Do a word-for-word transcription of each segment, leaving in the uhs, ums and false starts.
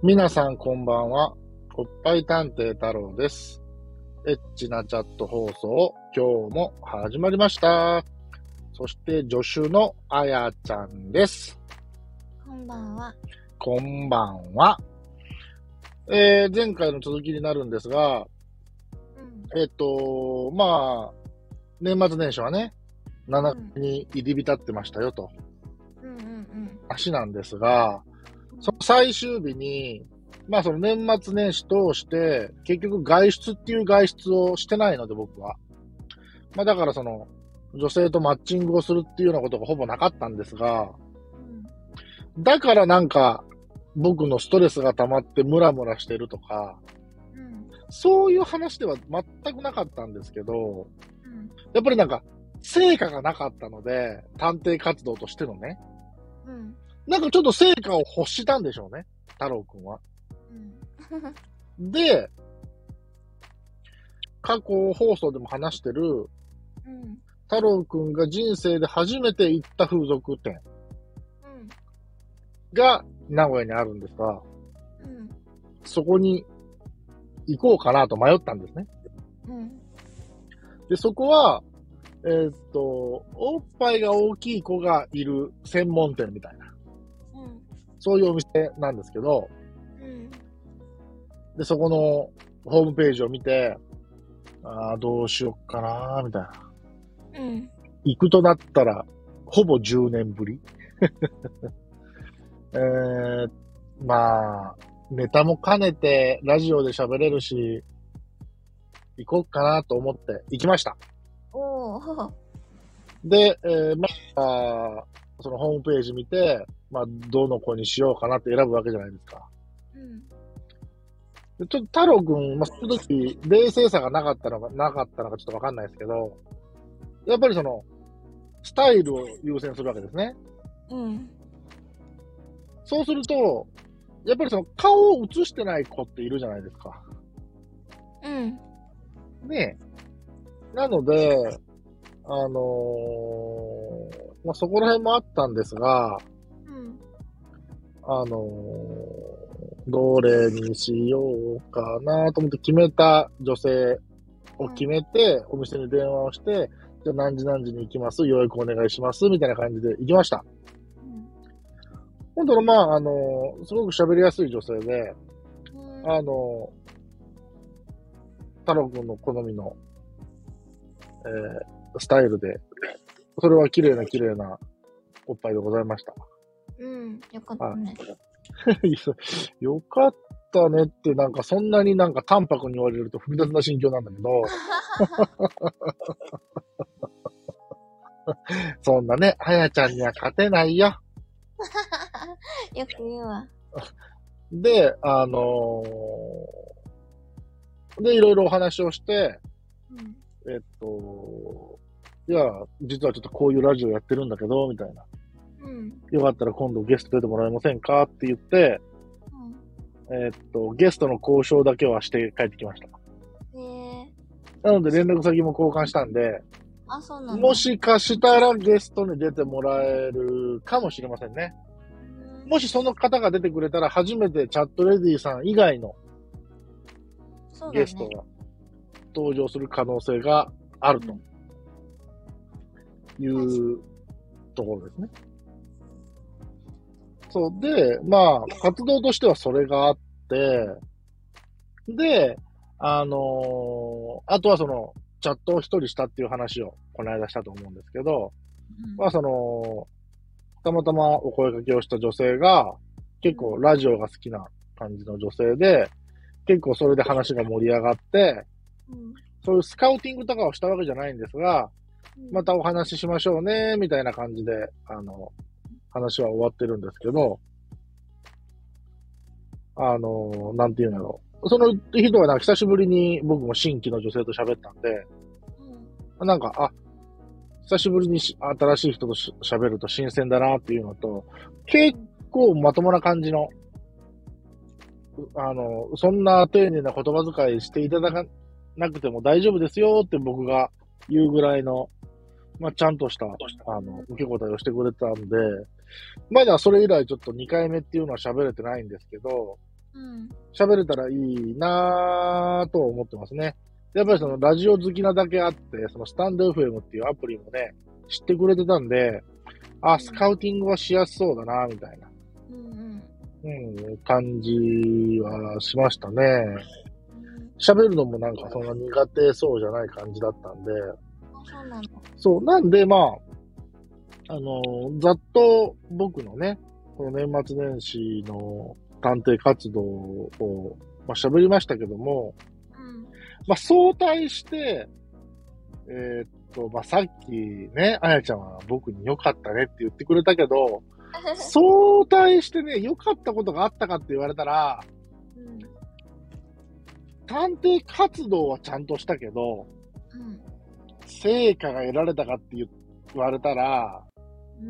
皆さんこんばんは。おっぱい探偵太郎です。エッチなチャット放送、今日も始まりました。そして助手のあやちゃんです。 こんばんは。 こんばんは。えー、前回の続きになるんですが、うん、えっと、まあ、年末年始はね、しちがつに入り浸ってましたよと。 うんうんうん。 足なんですが、その最終日に、まあその年末年始通して、結局外出っていう外出をしてないので僕は。まあだからその、女性とマッチングをするっていうようなことがほぼなかったんですが、うん、だからなんか、僕のストレスが溜まってムラムラしてるとか、うん、そういう話では全くなかったんですけど、うん、やっぱりなんか、成果がなかったので、探偵活動としてのね、うん、なんかちょっと成果を欲したんでしょうね、太郎くんは。うん、で、過去放送でも話してる、うん、太郎くんが人生で初めて行った風俗店が名古屋にあるんですが、うん、そこに行こうかなと迷ったんですね。うん、で、そこは、えー、っと、おっぱいが大きい子がいる専門店みたいな、うん、そういうお店なんですけど、うん、で、そこのホームページを見て、ああ、どうしよっかなーみたいな。うん。行くとなったら、ほぼじゅうねんぶり。えー、まあ、ネタも兼ねてラジオで喋れるし、行こうかなと思って行きました。 おー。で、 えー、まあ、そのホームページ見て、まあ、どの子にしようかなって選ぶわけじゃないですか。うん。でちょっと太郎くん、まあ、その時、冷静さがなかったのか、なかったのかちょっとわかんないですけど、やっぱりその、スタイルを優先するわけですね。うん。そうすると、やっぱりその顔を映してない子っているじゃないですか。うん。ねえ。なので、あのー、まあ、そこら辺もあったんですが、うん。あのー、どれにしようかなと思って決めた女性を決めて、うん、お店に電話をして、じゃあ何時何時に行きます、予約お願いします、みたいな感じで行きました。うん、本当の、まあ、あのー、すごく喋りやすい女性で、うん、あのー、太郎くんの好みの、えー、スタイルで、それは綺麗な綺麗なおっぱいでございました。 うん、よかったね。 よかったねって、なんかそんなになんか淡白に言われると複雑な心境なんだけど、そんなね、はやちゃんには勝てないよ。 よく言うわ。 で、あのー、で、いろいろお話をして、うん、えっと、いや、実はちょっとこういうラジオやってるんだけど、みたいな。うん、よかったら今度ゲスト出てもらえませんかって言って、うん、えっと、ゲストの交渉だけはして帰ってきました。へー。なので連絡先も交換したんで、 あ、そうなんだ。 もしかしたらゲストに出てもらえるかもしれませんね。もしその方が出てくれたら初めてチャットレディさん以外のゲストが登場する可能性があるというところですね。そう。で、まあ、活動としてはそれがあって、で、あのー、あとはその、チャットを一人したっていう話をこの間したと思うんですけど、うん、まあその、たまたまお声掛けをした女性が、結構ラジオが好きな感じの女性で、結構それで話が盛り上がって、うん、そういうスカウティングとかをしたわけじゃないんですが、うん、またお話ししましょうね、みたいな感じで、あの、話は終わってるんですけど、あの、なんていうんだろう。その人はなんか久しぶりに僕も新規の女性と喋ったんで、うん、なんか、あ、久しぶりに新しい人と喋ると新鮮だなっていうのと、結構まともな感じの、あの、そんな丁寧な言葉遣いしていただかなくても大丈夫ですよって僕が言うぐらいの、まあ、ちゃんとした、あの、受け答えをしてくれたんで、まだそれ以来ちょっとにかいめっていうのは喋れてないんですけど、 喋れたらいいなぁと思ってますね。やっぱりそのラジオ好きなだけあって、そのスタンド エフエム っていうアプリもね、知ってくれてたんで、あ、スカウティングはしやすそうだな、みたいな。うんうん。うん、感じはしましたね。喋るのもなんかそんな苦手そうじゃない感じだったんで。 そうなの。そう、 なんでまあ、あの、ざっと僕のね、この年末年始の探偵活動を、まあ、喋りましたけども、うん、まあ、相対して、えー、っと、まあ、さっきね、あやちゃんは僕に良かったねって言ってくれたけど、相対してね、良かったことがあったかって言われたら、うん、探偵活動はちゃんとしたけど、うん、成果が得られたかって言われたら、うん、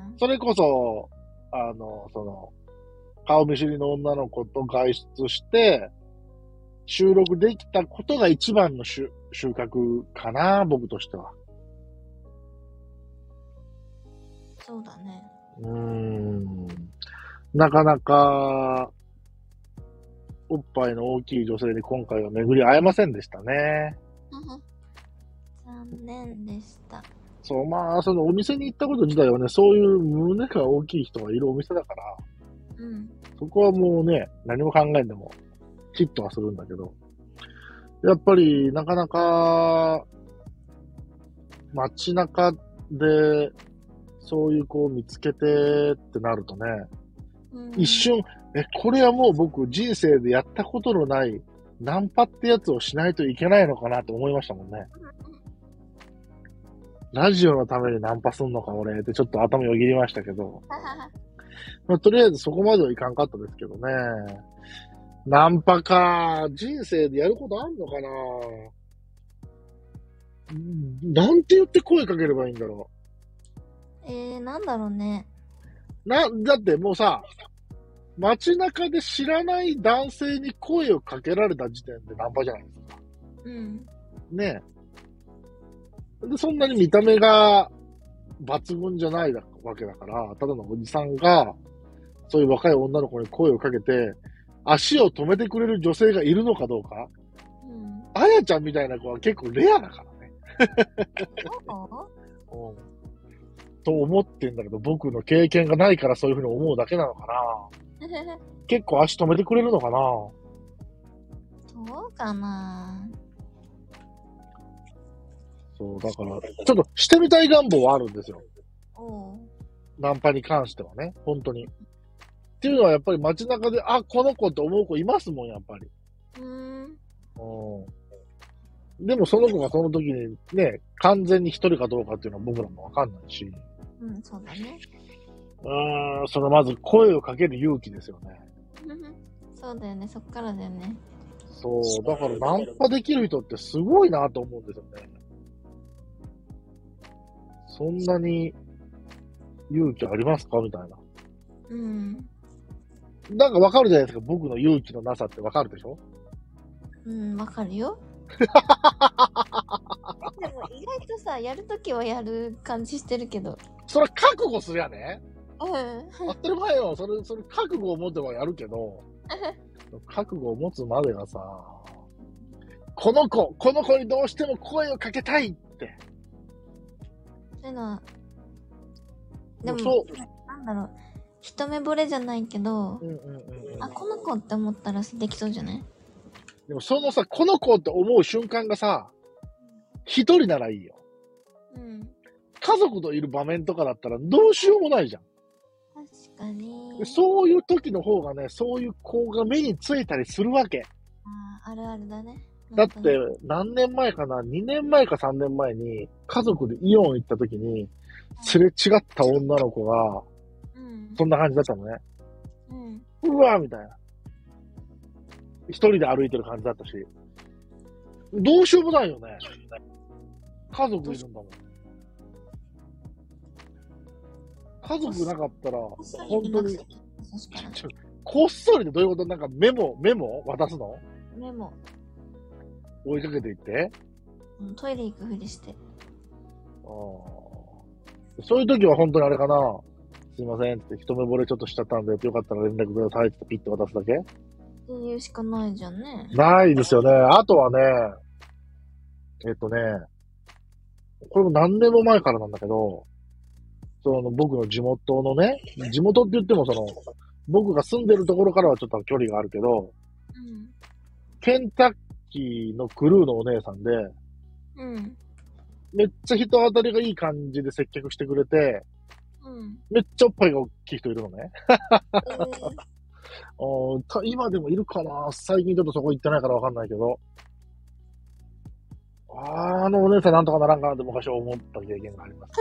それこそ、あの、その、顔見知りの女の子と外出して、収録できたことが一番の収穫かな、僕としては。 そうだね。 うーん。なかなか、おっぱいの大きい女性に今回は巡り会えませんでしたね。 残念でした。 そう、まあ、そのお店に行ったこと自体はね、そういう胸が大きい人がいるお店だから、うん、そこはもうね、何も考えんでも、ヒットはするんだけど、やっぱり、なかなか、街中で、そういう子を見つけてってなるとね、うん、一瞬、え、これはもう僕人生でやったことのないナンパってやつをしないといけないのかなと思いましたもんね。ラジオのためにナンパすんのか俺ってちょっと頭よぎりましたけど、まあ、とりあえずそこまではいかんかったですけどね。ナンパか、人生でやることあんのかな。なんて言って声かければいいんだろう。えー、なんだろうね。 な、だってもうさ、街中で知らない男性に声をかけられた時点でナンパじゃないですか。うん。ねえ。で、そんなに見た目が抜群じゃないわけだから、ただのおじさんが、そういう若い女の子に声をかけて、足を止めてくれる女性がいるのかどうか。うん。あやちゃんみたいな子は結構レアだからね。うん。と思ってんだけど、僕の経験がないからそういうふうに思うだけなのかな。結構足止めてくれるのかな。 そうかな。 そう、だから、ちょっとしてみたい願望はあるんですよ。おナンパに関してはね、本当に。っていうのはやっぱり街中で、あ、この子って思う子いますもん、やっぱり。うーん。でもその子がその時にね、完全に一人かどうかっていうのは僕らもわかんないし。 うん、そうだね。 うーん、そのまず声をかける勇気ですよね。 そうだよね、そっからだよね。 そう、だからナンパできる人ってすごいなと思うんですよね。そんなに勇気ありますかみたいな。うん。なんかわかるじゃないですか。僕の勇気のなさってわかるでしょ？ うん、わかるよ。でも意外とさ、やるときはやる感じしてるけど。 それ覚悟するやね。うん。当たり前よ。それ、それ覚悟を持ってはやるけど、覚悟を持つまでがさ、この子、この子にどうしても声をかけたいって。 そういうのは、でも、そうなんだろう。一目惚れじゃないけど、うんうんうんうん、あ、この子って思ったらできそうじゃない？ でもそのさ、この子って思う瞬間がさ、一人ならいいよ。うん。家族といる場面とかだったらどうしようもないじゃん。 確かに。 そういう時の方がね、そういう子が目についたりするわけ。 ああ、あるあるだね。 だって、何年前かな ?に 年前かさんねんまえに、家族でイオン行った時に、すれ違った女の子が、うん、そんな感じだったのね。うん。うわーみたいな。一人で歩いてる感じだったし。どうしようもないよね。家族いるんだもん。家族なかったら、本当に、こっそりでどういうこと？なんかメモ、メモ渡すの？ メモ。 追いかけていって、 うん、トイレ行くふりして。 ああ。そういう時は本当にあれかな。すいませんって、一目惚れちょっとしちゃったんで、よかったら連絡くださいってピッて渡すだけ？ っていうしかないじゃんね。 ないですよね。あとはね、えっとね、これも何年も前からなんだけど、その僕の地元のね、地元って言ってもその、僕が住んでるところからはちょっと距離があるけど、うん、ケンタッキーのクルーのお姉さんで、うん、めっちゃ人当たりがいい感じで接客してくれて、うん、めっちゃおっぱいが大きい人いるのね。えー、今でもいるかな？最近ちょっとそこ行ってないからわかんないけど。あのお姉さんなんとかならんかなって昔は思った経験があります。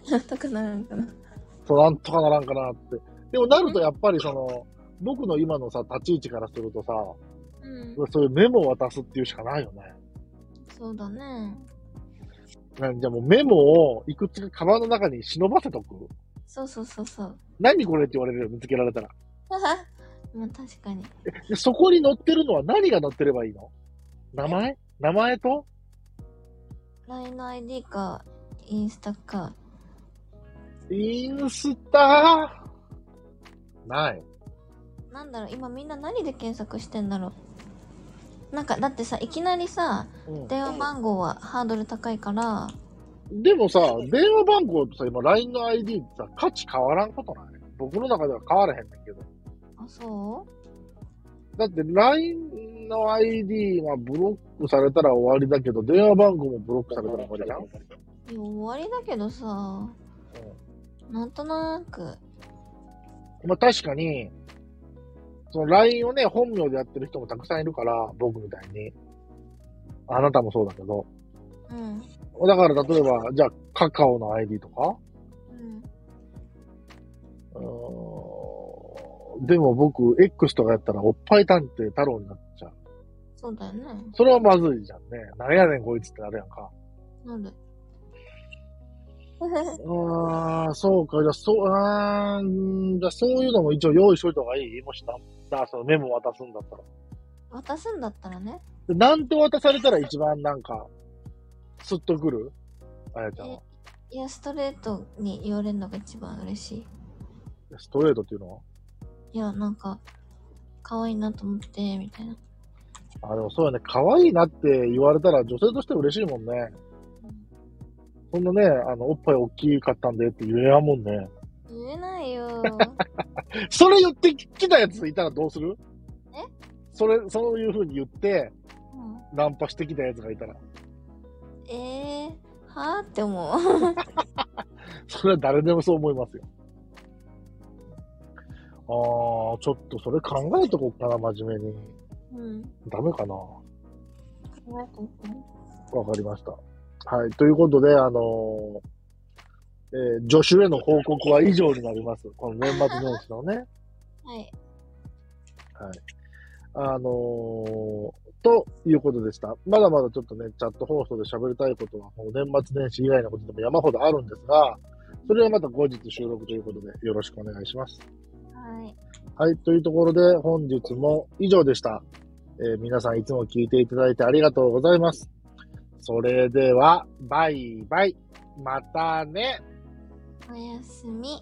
なんとかならんかな。 そう、なんとかならんかなって。でもなるとやっぱりその、僕の今のさ、立ち位置からするとさ、うん、そういうメモを渡すっていうしかないよね。 そうだね。 なんじゃもうメモをいくつかカバンの中に忍ばせとく。 そうそうそうそう。 何これって言われるよ、見つけられたら。 まあ確かに。 で、そこに載ってるのは何が載ってればいいの？名前？名前とライン の アイディー か、インスタか。 インスタない。 なんだろう、今みんな何で検索してんだろう。なんか、だってさ、いきなりさ、うん、電話番号はハードル高いから。 でもさ、電話番号とさ、今 ライン の アイディー ってさ、価値変わらんことない？僕の中では変わらへんねんけど。 あ、そうだって ライン の アイディー はブロックされたら終わりだけど、電話番号もブロックされたら終わりじゃん？いや、終わりだけどさ、うん、なんとなく。 まあ確かに、その ライン をね、本名でやってる人もたくさんいるから、僕みたいに。あなたもそうだけど。うん。だから例えば、じゃあ、カカオの アイディー とかうん。うーん。でも僕、X とかやったら、おっぱい探偵太郎になっちゃう。 そうだよね。 それはまずいじゃんね。なんやねんこいつってなるやんか。 なんでああ、そうか。じゃあ、そう、あーじゃあそういうのも一応用意しといた方がいい？もしな、だそのメモ渡すんだったら。 渡すんだったらね。 なんて渡されたら一番なんか、スッとくる？あやちゃんは。 いや、ストレートに言われるのが一番嬉しい。 ストレートっていうのは？ いや、なんか、可愛いなと思って、みたいな。 あ、でもそうやね。可愛いなって言われたら女性として嬉しいもんね。そんなね、あの、おっぱい大きかったんでって言えやんもんね。 言えないよ。 それ言ってきたやついたらどうする？ え？ それ、そういう風に言って、うん、ナンパしてきたやつがいたら。 ええー、はぁって思う。 それは誰でもそう思いますよ。ああ、ちょっとそれ考えとこうかな、真面目に。うん。ダメかな。考えとこう。わかりました。はい。ということで、あのー、えー、助手への報告は以上になります。この年末年始のね。 はい。 はい。あのー、ということでした。まだまだちょっとね、チャット放送で喋りたいことは、もう年末年始以外のことでも山ほどあるんですが、それはまた後日収録ということでよろしくお願いします。 はい。 はい。というところで本日も以上でした。えー、皆さんいつも聞いていただいてありがとうございます。それでは、バイバイ。またね。 おやすみ。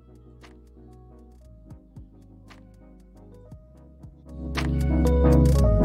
Thank you.